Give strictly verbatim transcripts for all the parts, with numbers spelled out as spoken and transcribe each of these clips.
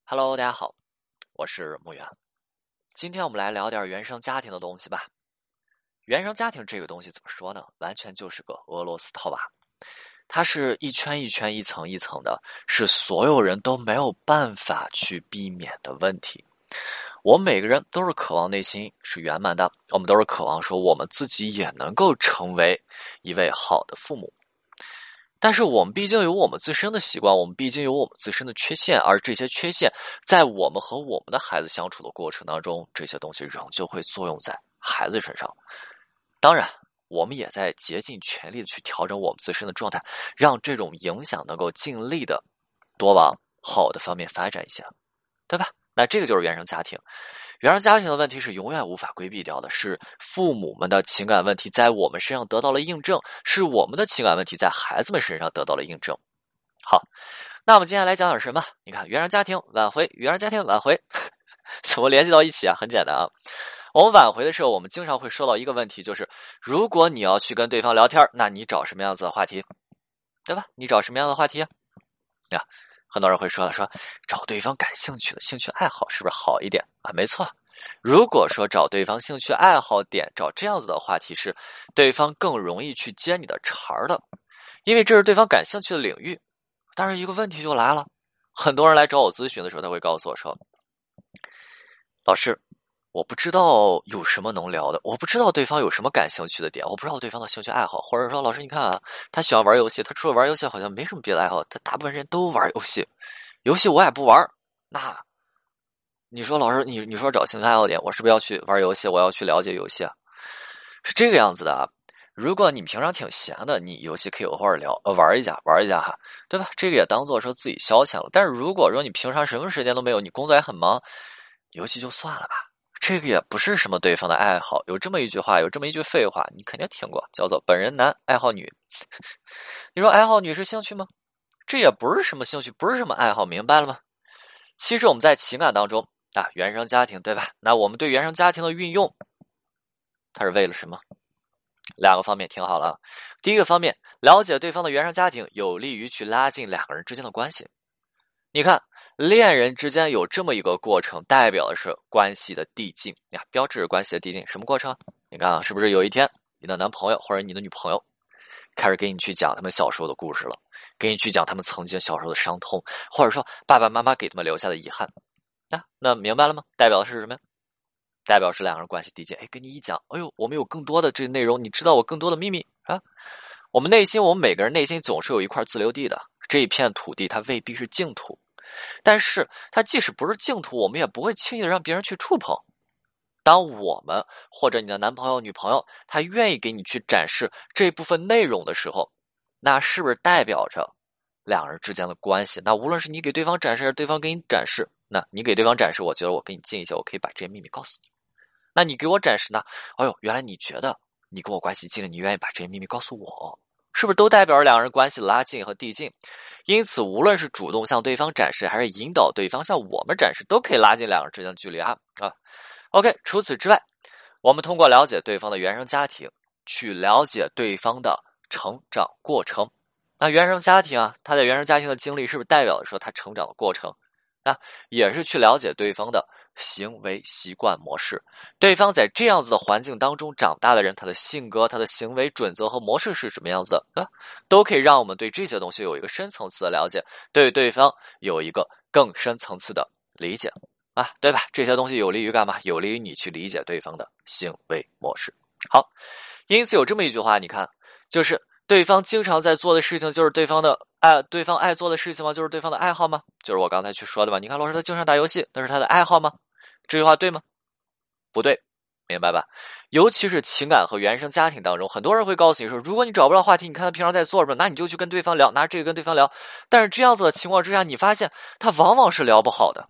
Hello，大家好，我是木源。今天我们来聊点原生家庭的东西吧。原生家庭这个东西怎么说呢？完全就是个俄罗斯套娃，它是一圈一圈、一层一层的，是所有人都没有办法去避免的问题。我们每个人都是渴望内心是圆满的，我们都是渴望说我们自己也能够成为一位好的父母。但是我们毕竟有我们自身的习惯，我们毕竟有我们自身的缺陷，而这些缺陷在我们和我们的孩子相处的过程当中，这些东西仍旧会作用在孩子身上。当然，我们也在竭尽全力的去调整我们自身的状态，让这种影响能够尽力的多往好的方面发展一些，对吧？那这个就是原生家庭。原生家庭的问题是永远无法规避掉的，是父母们的情感问题在我们身上得到了印证，是我们的情感问题在孩子们身上得到了印证。好，那我们接下来讲点什么？你看，原生家庭挽回，原生家庭挽回怎么联系到一起啊？很简单啊，我们挽回的时候，我们经常会说到一个问题，就是如果你要去跟对方聊天，那你找什么样子的话题，对吧？你找什么样的话题啊？呀，很多人会说说找对方感兴趣的兴趣爱好是不是好一点啊？没错，如果说找对方兴趣爱好点，找这样子的话题是对方更容易去接你的茬儿的，因为这是对方感兴趣的领域。但是一个问题就来了，很多人来找我咨询的时候，他会告诉我说，老师，我不知道有什么能聊的，我不知道对方有什么感兴趣的点，我不知道对方的兴趣爱好，或者说老师你看啊，他喜欢玩游戏，他除了玩游戏好像没什么别的爱好，他大部分人都玩游戏，游戏我也不玩，那你说老师你你说找兴趣爱好点，我是不是要去玩游戏，我要去了解游戏啊？是这个样子的啊。如果你平常挺闲的，你游戏可以偶尔聊呃玩一下玩一下哈，对吧？这个也当做说自己消遣了。但是如果说你平常什么时间都没有，你工作也很忙，游戏就算了吧。这个也不是什么对方的爱好。有这么一句话，有这么一句废话，你肯定听过，叫做本人男爱好女。你说爱好女是兴趣吗？这也不是什么兴趣，不是什么爱好，明白了吗？其实我们在情感当中啊，原生家庭对吧？那我们对原生家庭的运用，它是为了什么？两个方面听好了。第一个方面，了解对方的原生家庭，有利于去拉近两个人之间的关系。你看，恋人之间有这么一个过程，代表的是关系的递进呀，标志着关系的递进。什么过程？你看啊，是不是有一天你的男朋友或者你的女朋友开始给你去讲他们小时候的故事了，给你去讲他们曾经小时候的伤痛，或者说爸爸妈妈给他们留下的遗憾啊？那明白了吗？代表的是什么呀？代表是两个人关系递进。哎，跟你一讲，哎呦，我们有更多的这个内容，你知道我更多的秘密啊。我们内心，我们每个人内心总是有一块自留地的，这一片土地它未必是净土，但是它即使不是净土，我们也不会轻易的让别人去触碰。当我们或者你的男朋友、女朋友，他愿意给你去展示这部分内容的时候，那是不是代表着两人之间的关系？那无论是你给对方展示，还是对方给你展示，那你给对方展示，我觉得我跟你近一些，我可以把这些秘密告诉你。那你给我展示呢？哎呦，原来你觉得你跟我关系近了，你愿意把这些秘密告诉我，是不是都代表着两人关系拉近和递进？因此，无论是主动向对方展示，还是引导对方向我们展示，都可以拉近两人之间的距离啊啊。OK，除此之外，我们通过了解对方的原生家庭，去了解对方的成长过程。那原生家庭啊，他在原生家庭的经历，是不是代表着说他成长的过程？啊，也是去了解对方的行为习惯模式，对方在这样子的环境当中长大的人，他的性格、他的行为准则和模式是什么样子的啊，都可以让我们对这些东西有一个深层次的了解，对对方有一个更深层次的理解啊，对吧？这些东西有利于干嘛？有利于你去理解对方的行为模式。好，因此有这么一句话，你看，就是对方经常在做的事情，就是对方的爱，对方爱做的事情吗？就是对方的爱好吗？就是我刚才去说的吧。你看，老师他经常打游戏，那是他的爱好吗？这句话对吗？不对，明白吧？尤其是情感和原生家庭当中，很多人会告诉你说，如果你找不到话题，你看他平常在做什么，那你就去跟对方聊，拿这个跟对方聊。但是这样子的情况之下，你发现他往往是聊不好的。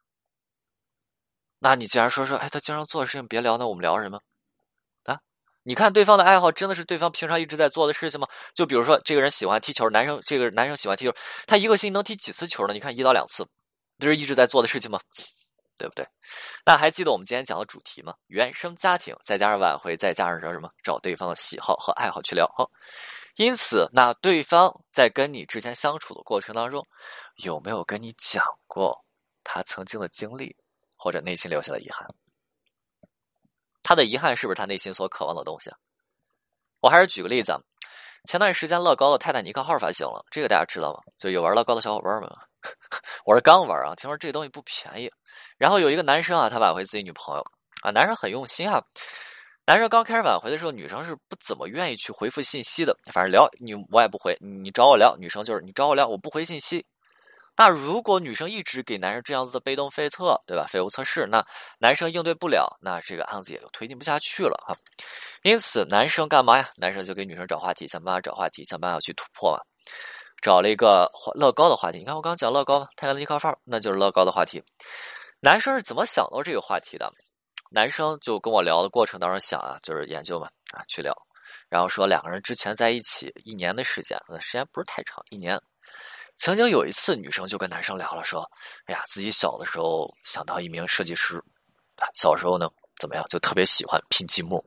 那你既然说说，哎，他经常做的事情别聊，那我们聊什么？啊？你看对方的爱好真的是对方平常一直在做的事情吗？就比如说这个人喜欢踢球，男生这个男生喜欢踢球，他一个星期能踢几次球呢？你看一到两次，这是一直在做的事情吗？对不对？那还记得我们今天讲的主题吗？原生家庭，再加上挽回，再加上什么？找对方的喜好和爱好去聊。好，因此，那对方在跟你之前相处的过程当中，有没有跟你讲过他曾经的经历，或者内心留下的遗憾。他的遗憾是不是他内心所渴望的东西啊？我还是举个例子啊，前段时间乐高的泰坦尼克号发行了，这个大家知道吗？就有玩乐高的小伙伴们，我是刚玩啊，听说这东西不便宜。然后有一个男生啊，他挽回自己女朋友啊，男生很用心啊。男生刚开始挽回的时候，女生是不怎么愿意去回复信息的，反正聊你我也不回，你找我聊，女生就是你找我聊，我不回信息。那如果女生一直给男生这样子的被动废测，对吧？废物测试，那男生应对不了，那这个案子也就推进不下去了啊。因此，男生干嘛呀？男生就给女生找话题，想办法找话题，想办法去突破嘛。找了一个乐高的话题，你看我刚刚讲乐高嘛，泰坦尼克号，那就是乐高的话题。男生是怎么想到这个话题的？男生就跟我聊的过程当中想啊，就是研究嘛啊，去聊，然后说两个人之前在一起一年的时间，时间不是太长，一年。曾经有一次，女生就跟男生聊了，说：“哎呀，自己小的时候想当一名设计师，小时候呢怎么样，就特别喜欢拼积木。”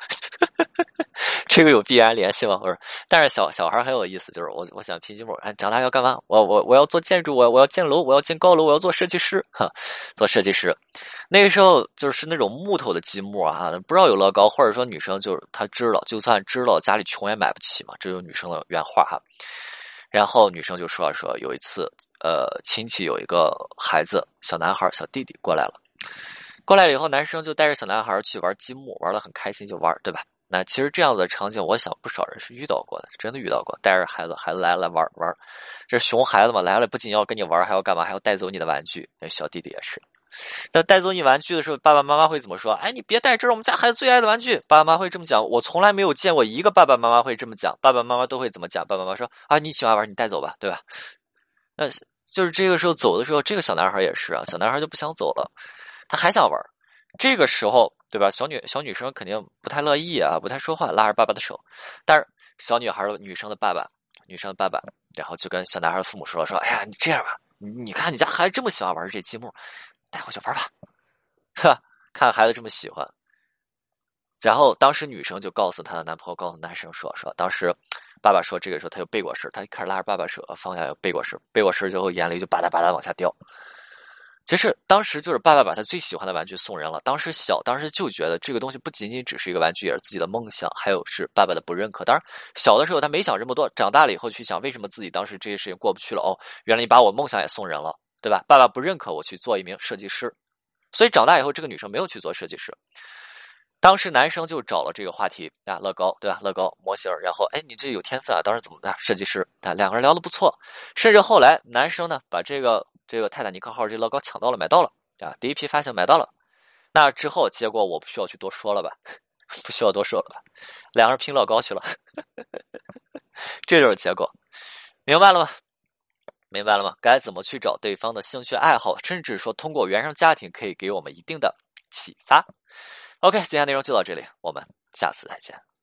这个有必然联系吗？不是，但是小小孩很有意思，就是我我想拼积木，哎，长大要干嘛？我我我要做建筑，我我要建楼，我要建高楼，我要做设计师，哈，做设计师。那个时候就是那种木头的积木啊，不知道有乐高，或者说女生就是她知道，就算知道家里穷也买不起嘛，这有女生的原话哈。然后女生就说说有一次，呃，亲戚有一个孩子，小男孩、小弟弟过来了，过来了以后，男生就带着小男孩去玩积木，玩得很开心，就玩，对吧？那其实这样的场景，我想不少人是遇到过的，真的遇到过，带着孩子，孩子来了玩玩，这熊孩子嘛，来了不仅要跟你玩，还要干嘛？还要带走你的玩具。那小弟弟也是。但带走你玩具的时候，爸爸妈妈会怎么说？哎，你别带，这是我们家孩子最爱的玩具。爸爸妈妈会这么讲。我从来没有见过一个爸爸妈妈会这么讲。爸爸妈妈都会怎么讲？爸爸妈妈说啊，你喜欢玩，你带走吧，对吧？那就是这个时候走的时候，这个小男孩也是啊，小男孩就不想走了，他还想玩。这个时候，对吧？小女小女生肯定不太乐意啊，不太说话，拉着爸爸的手。但是小女孩的女生的爸爸，女生的爸爸，然后就跟小男孩的父母说说，哎呀，你这样吧，你你看你家孩子这么喜欢玩这积木，带回去玩吧。哈，看孩子这么喜欢，然后当时女生就告诉她的男朋友，告诉男生说说，当时爸爸说这个时候他又背过身，他一开始拉着爸爸手方向又背过身，背过身之后眼泪就吧嗒吧嗒往下掉。其实当时就是爸爸把他最喜欢的玩具送人了，当时小，当时就觉得这个东西不仅仅只是一个玩具，也是自己的梦想，还有是爸爸的不认可。当然小的时候他没想这么多，长大了以后去想为什么自己当时这些事情过不去了。哦，原来你把我梦想也送人了，对吧？爸爸不认可我去做一名设计师，所以长大以后这个女生没有去做设计师。当时男生就找了这个话题啊，乐高，对吧？乐高模型，然后哎，你这有天分啊，当时怎么的？设计师啊，两个人聊得不错，甚至后来男生呢把这个这个泰坦尼克号这乐高抢到了，买到了啊，第一批发行买到了。那之后结果我不需要去多说了吧？不需要多说了吧？两人拼乐高去了，这就是结果，明白了吗？明白了吗？该怎么去找对方的兴趣爱好，甚至说通过原生家庭可以给我们一定的启发。OK，今天内容就到这里，我们下次再见。